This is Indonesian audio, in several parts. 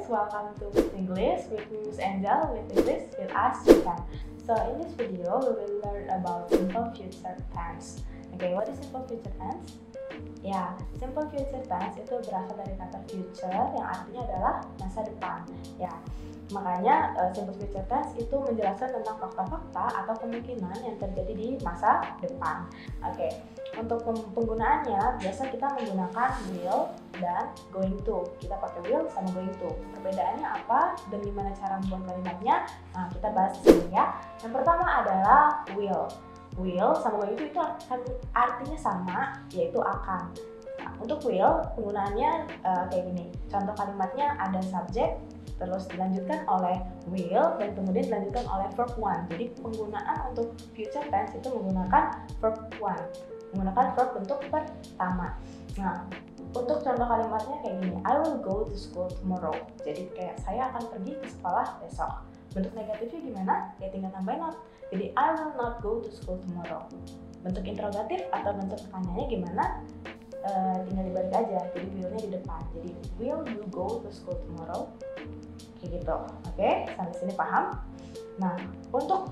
welcome to With English with Miss Angel. With English with us you can. So in this video we will learn about simple future tense. Okay, what is simple future tense? Ya, simple future tense itu berasal dari kata future yang artinya adalah masa depan. Ya, makanya simple future tense itu menjelaskan tentang fakta-fakta atau kemungkinan yang terjadi di masa depan. Oke, untuk penggunaannya biasa kita menggunakan will dan going to. Kita pakai will sama going to. Perbedaannya apa dan gimana cara membuat kalimatnya? Nah, kita bahas di sini ya. Yang pertama adalah will. Will sama going to itu artinya sama, yaitu akan. Nah, untuk will penggunaannya kayak gini. Contoh kalimatnya ada subjek, terus dilanjutkan oleh will dan kemudian dilanjutkan oleh verb one. Jadi penggunaan untuk future tense itu menggunakan verb one, menggunakan verb bentuk pertama. Nah, untuk contoh kalimatnya kayak gini, I will go to school tomorrow. Jadi kayak saya akan pergi ke sekolah besok. Bentuk negatifnya gimana? Ya tinggal tambahin not. Jadi I will not go to school tomorrow. Bentuk interrogatif atau bentuk pertanyaannya gimana? Tinggal dibalik aja. Jadi will-nya di depan. Jadi will you go to school tomorrow? Kayak gitu. Oke, sampai sini paham? Nah, untuk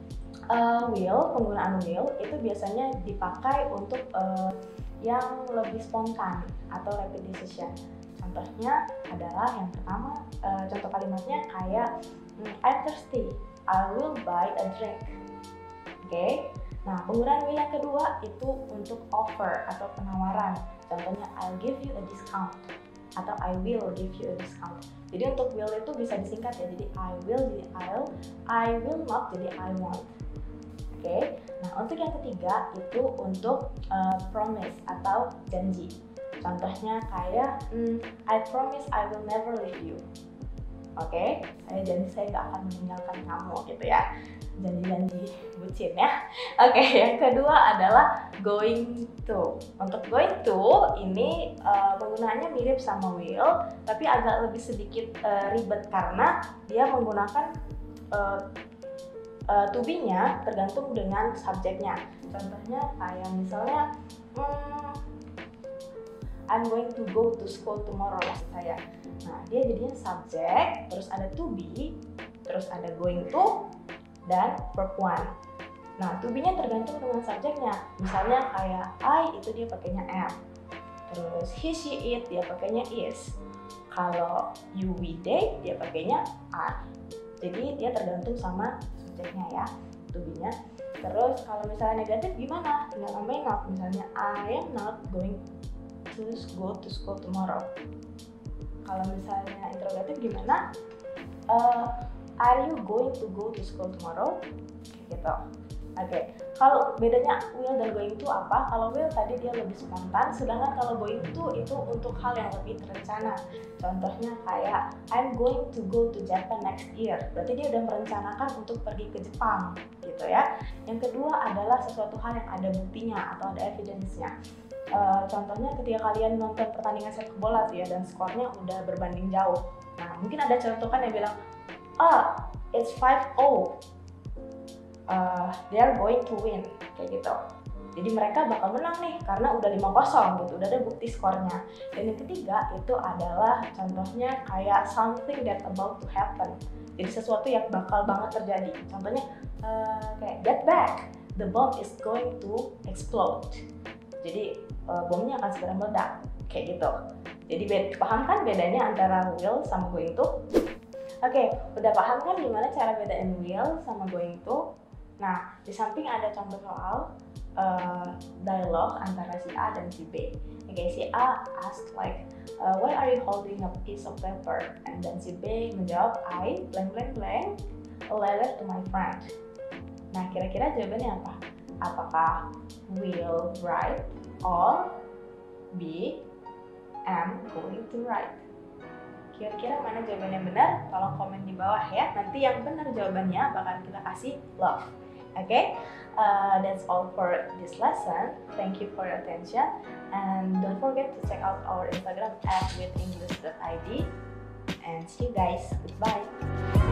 will, penggunaan will itu biasanya dipakai untuk yang lebih spontan atau rapid decision. Contohnya adalah yang pertama, contoh kalimatnya kayak I'm thirsty, I will buy a drink. Oke. Nah, penggunaan will yang kedua itu untuk offer atau penawaran. Contohnya I'll give you a discount atau I will give you a discount. Jadi untuk will itu bisa disingkat ya. Jadi I will jadi I'll, I will not jadi I won't. Oke. Nah, untuk yang ketiga itu untuk promise atau janji. Contohnya kayak I promise I will never leave you. Oke, saya janji saya nggak akan meninggalkan kamu gitu ya. Janji-janji bucin ya. Oke, yang kedua adalah going to. Untuk going to ini penggunaannya mirip sama will, tapi agak lebih sedikit ribet karena dia menggunakan to be-nya tergantung dengan subjeknya. Contohnya kayak misalnya I'm going to go to school tomorrow maksud saya. Nah, dia jadinya subjek, terus ada to be, terus ada going to, dan verb one. Nah, to be-nya tergantung dengan subjeknya. Misalnya kayak I itu dia pakainya am. Terus he, she, it dia pakainya is. Kalau you, we, they dia pakainya are. Jadi dia tergantung sama subjeknya ya, to be-nya. Terus kalau misalnya negatif gimana? Tinggal tambahin not. Misalnya I am not going to go to school tomorrow. Kalau misalnya interrogatif gimana? Are you going to go to school tomorrow? Gitu. Oke. Kalau bedanya will dan going to apa? Kalau will tadi dia lebih spontan, sedangkan kalau going to itu untuk hal yang lebih terencana. Contohnya kayak I'm going to go to Japan next year. Berarti dia udah merencanakan untuk pergi ke Jepang, gitu ya. Yang kedua adalah sesuatu hal yang ada buktinya atau ada evidence-nya. Contohnya ketika kalian nonton pertandingan sepak bola tuh ya dan skornya udah berbanding jauh. Nah, mungkin ada contohkan yang bilang, it's 5-0. They are going to win, kayak gitu. Jadi mereka bakal menang nih karena udah 5-0 gitu, udah ada bukti skornya. Dan yang ketiga itu adalah contohnya kayak something that about to happen. Jadi sesuatu yang bakal banget terjadi. Contohnya kayak get back, the bomb is going to explode. Jadi bomnya akan segera meledak, kayak gitu. Jadi paham kan bedanya antara will sama going to? Oke, udah paham kan gimana cara bedain will sama going to? Nah, di samping ada contoh soal dialog antara si A dan si B. Oke, si A ask like, why are you holding a piece of paper? And then si B menjawab, I blank blank blank a letter to my friend. Nah, kira-kira jawabannya apa? Apakah will write or B am going to write? Kira-kira mana jawaban yang benar? Tolong komen di bawah ya. Nanti yang benar jawabannya bakal kita kasih love. Okay? That's all for this lesson. Thank you for your attention. And don't forget to check out our Instagram @withenglish.id. And see you guys. Goodbye.